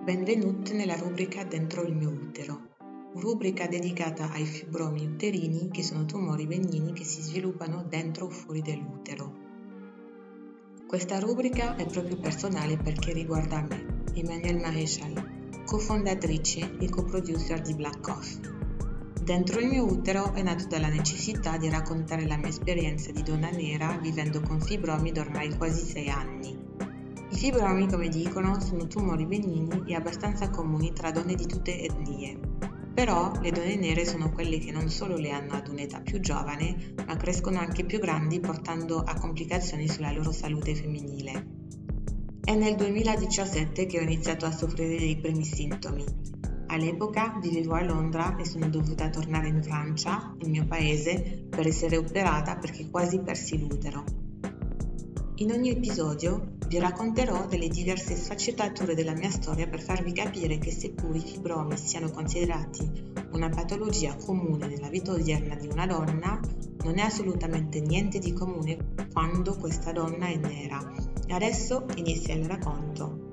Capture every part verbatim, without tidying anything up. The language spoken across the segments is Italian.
Benvenuti nella rubrica Dentro il mio utero, rubrica dedicata ai fibromi uterini, che sono tumori benigni che si sviluppano dentro o fuori dell'utero. Questa rubrica è proprio personale perché riguarda me, Emmanuelle Maréchal, cofondatrice e coproducer di Black Coffee. Dentro il mio utero è nato dalla necessità di raccontare la mia esperienza di donna nera vivendo con fibromi da ormai quasi sei anni. I fibromi, come dicono, sono tumori benigni e abbastanza comuni tra donne di tutte etnie. Però le donne nere sono quelle che non solo le hanno ad un'età più giovane, ma crescono anche più grandi, portando a complicazioni sulla loro salute femminile. È nel duemiladiciassette che ho iniziato a soffrire dei primi sintomi. All'epoca vivevo a Londra e sono dovuta tornare in Francia, il mio paese, per essere operata perché quasi persi l'utero. In ogni episodio vi racconterò delle diverse sfaccettature della mia storia per farvi capire che seppur i fibromi siano considerati una patologia comune nella vita odierna di una donna, non è assolutamente niente di comune quando questa donna è nera. E adesso inizia il racconto.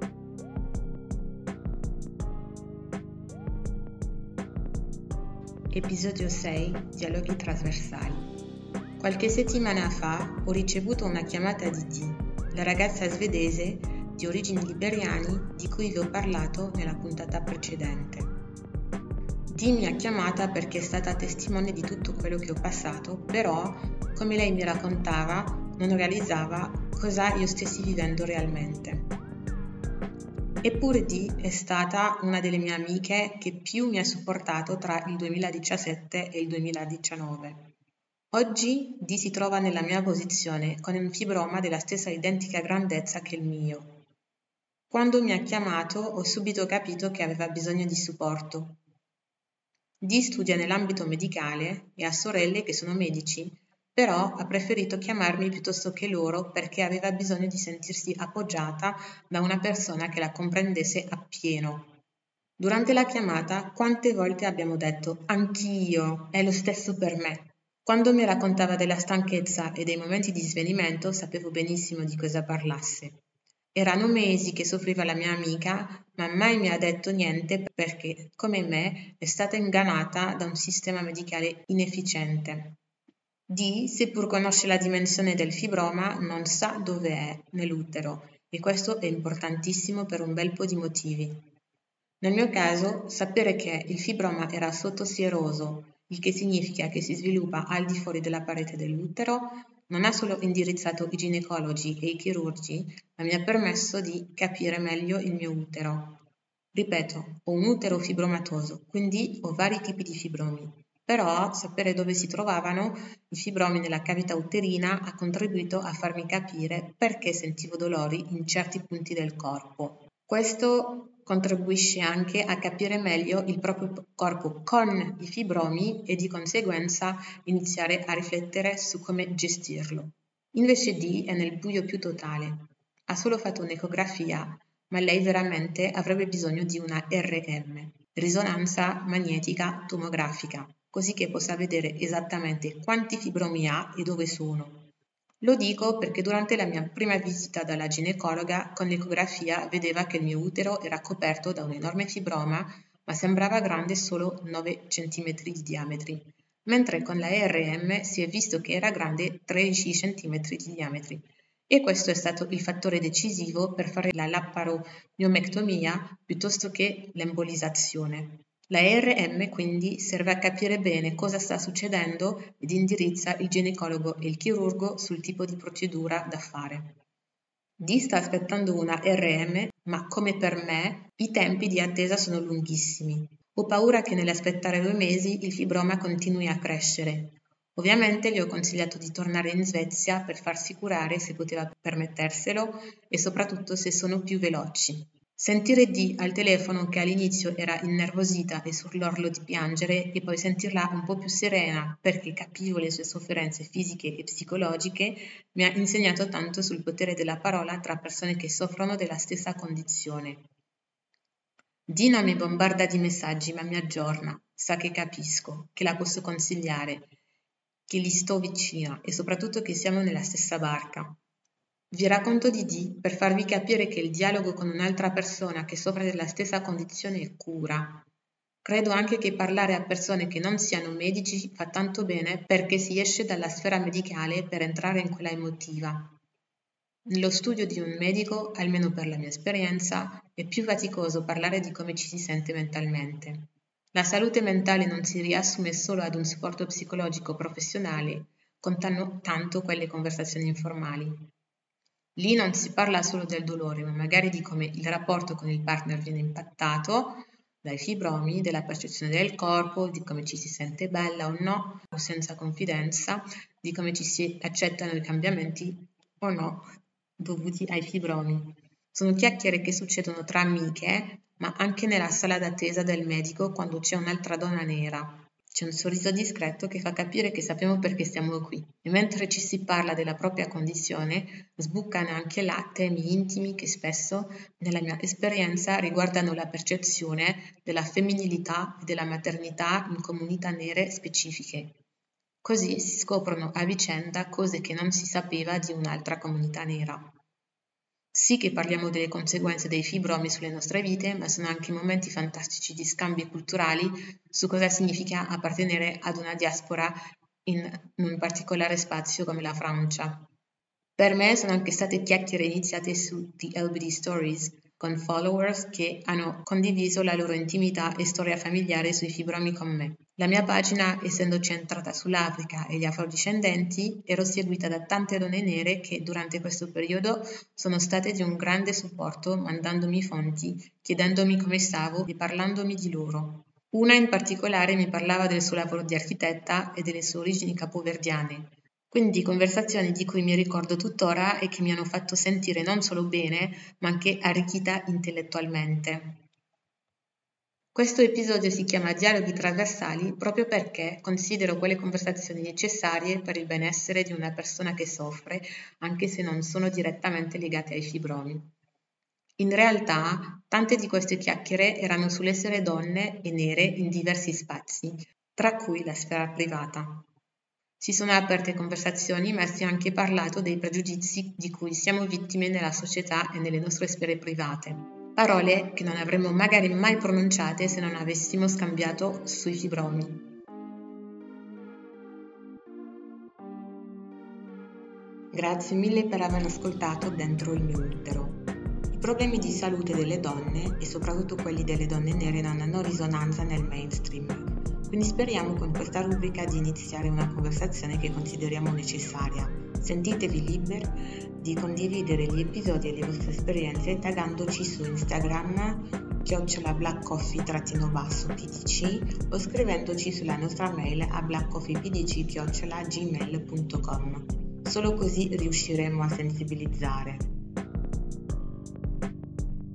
Episodio sei. Dialoghi trasversali. Qualche settimana fa ho ricevuto una chiamata di Dee, la ragazza svedese di origini liberiani di cui vi ho parlato nella puntata precedente. Dee mi ha chiamata perché è stata testimone di tutto quello che ho passato, però, come lei mi raccontava, non realizzava cosa io stessi vivendo realmente. Eppure Dee è stata una delle mie amiche che più mi ha supportato tra il duemiladiciassette e il duemiladiciannove. Oggi Dee si trova nella mia posizione, con un fibroma della stessa identica grandezza che il mio. Quando mi ha chiamato ho subito capito che aveva bisogno di supporto. Dee studia nell'ambito medicale e ha sorelle che sono medici, però ha preferito chiamarmi piuttosto che loro perché aveva bisogno di sentirsi appoggiata da una persona che la comprendesse appieno. Durante la chiamata, quante volte abbiamo detto «Anch'io, è lo stesso per me». Quando mi raccontava della stanchezza e dei momenti di svenimento, sapevo benissimo di cosa parlasse. Erano mesi che soffriva la mia amica, ma mai mi ha detto niente perché, come me, è stata ingannata da un sistema medicale inefficiente. Dee, seppur conosce la dimensione del fibroma, non sa dove è nell'utero e questo è importantissimo per un bel po' di motivi. Nel mio caso, sapere che il fibroma era sottosieroso, il che significa che si sviluppa al di fuori della parete dell'utero, non ha solo indirizzato i ginecologi e i chirurgi, ma mi ha permesso di capire meglio il mio utero. Ripeto, ho un utero fibromatoso, quindi ho vari tipi di fibromi, però sapere dove si trovavano i fibromi nella cavità uterina ha contribuito a farmi capire perché sentivo dolori in certi punti del corpo. Questo contribuisce anche a capire meglio il proprio corpo con i fibromi e di conseguenza iniziare a riflettere su come gestirlo. Invece Dee è nel buio più totale. Ha solo fatto un'ecografia, ma lei veramente avrebbe bisogno di una R M, risonanza magnetica tomografica, così che possa vedere esattamente quanti fibromi ha e dove sono. Lo dico perché durante la mia prima visita dalla ginecologa con l'ecografia vedeva che il mio utero era coperto da un enorme fibroma, ma sembrava grande solo nove centimetri di diametri, mentre con la R M si è visto che era grande tredici centimetri di diametri. E questo è stato il fattore decisivo per fare la laparomiomectomia piuttosto che l'embolizzazione. La R M quindi serve a capire bene cosa sta succedendo ed indirizza il ginecologo e il chirurgo sul tipo di procedura da fare. Dee sta aspettando una R M, ma come per me i tempi di attesa sono lunghissimi. Ho paura che nell'aspettare due mesi il fibroma continui a crescere. Ovviamente gli ho consigliato di tornare in Svezia per farsi curare se poteva permetterselo e soprattutto se sono più veloci. Sentire Dee al telefono che all'inizio era innervosita e sull'orlo di piangere e poi sentirla un po' più serena perché capivo le sue sofferenze fisiche e psicologiche mi ha insegnato tanto sul potere della parola tra persone che soffrono della stessa condizione. Dee non mi bombarda di messaggi ma mi aggiorna, sa che capisco, che la posso consigliare, che gli sto vicina e soprattutto che siamo nella stessa barca. Vi racconto di Dee per farvi capire che il dialogo con un'altra persona che soffre della stessa condizione è cura. Credo anche che parlare a persone che non siano medici fa tanto bene perché si esce dalla sfera medicale per entrare in quella emotiva. Nello studio di un medico, almeno per la mia esperienza, è più faticoso parlare di come ci si sente mentalmente. La salute mentale non si riassume solo ad un supporto psicologico professionale, contano tanto quelle conversazioni informali. Lì non si parla solo del dolore, ma magari di come il rapporto con il partner viene impattato dai fibromi, della percezione del corpo, di come ci si sente bella o no, o senza confidenza, di come ci si accettano i cambiamenti o no, dovuti ai fibromi. Sono chiacchiere che succedono tra amiche, ma anche nella sala d'attesa del medico quando c'è un'altra donna nera. C'è un sorriso discreto che fa capire che sappiamo perché siamo qui. E mentre ci si parla della propria condizione, sbucano anche là temi intimi che spesso, nella mia esperienza, riguardano la percezione della femminilità e della maternità in comunità nere specifiche. Così si scoprono a vicenda cose che non si sapeva di un'altra comunità nera. Sì che parliamo delle conseguenze dei fibromi sulle nostre vite, ma sono anche momenti fantastici di scambi culturali su cosa significa appartenere ad una diaspora in un particolare spazio come la Francia. Per me sono anche state chiacchiere iniziate su The L B D Stories, con followers che hanno condiviso la loro intimità e storia familiare sui fibromi con me. La mia pagina, essendo centrata sull'Africa e gli afrodiscendenti, ero seguita da tante donne nere che durante questo periodo sono state di un grande supporto, mandandomi fonti, chiedendomi come stavo e parlandomi di loro. Una in particolare mi parlava del suo lavoro di architetta e delle sue origini capoverdiane. Quindi conversazioni di cui mi ricordo tuttora e che mi hanno fatto sentire non solo bene, ma anche arricchita intellettualmente. Questo episodio si chiama Dialoghi trasversali proprio perché considero quelle conversazioni necessarie per il benessere di una persona che soffre, anche se non sono direttamente legate ai fibromi. In realtà, tante di queste chiacchiere erano sull'essere donne e nere in diversi spazi, tra cui la sfera privata. Si sono aperte conversazioni, ma si è anche parlato dei pregiudizi di cui siamo vittime nella società e nelle nostre sfere private. Parole che non avremmo magari mai pronunciate se non avessimo scambiato sui fibromi. Grazie mille per aver ascoltato Dentro il mio utero. I problemi di salute delle donne, e soprattutto quelli delle donne nere, non hanno risonanza nel mainstream. Quindi speriamo con questa rubrica di iniziare una conversazione che consideriamo necessaria. Sentitevi liberi di condividere gli episodi e le vostre esperienze taggandoci su Instagram chiocciola blackcoffee-pdc o scrivendoci sulla nostra mail a blackcoffeepdc chiocciola gmail punto com. Solo così riusciremo a sensibilizzare.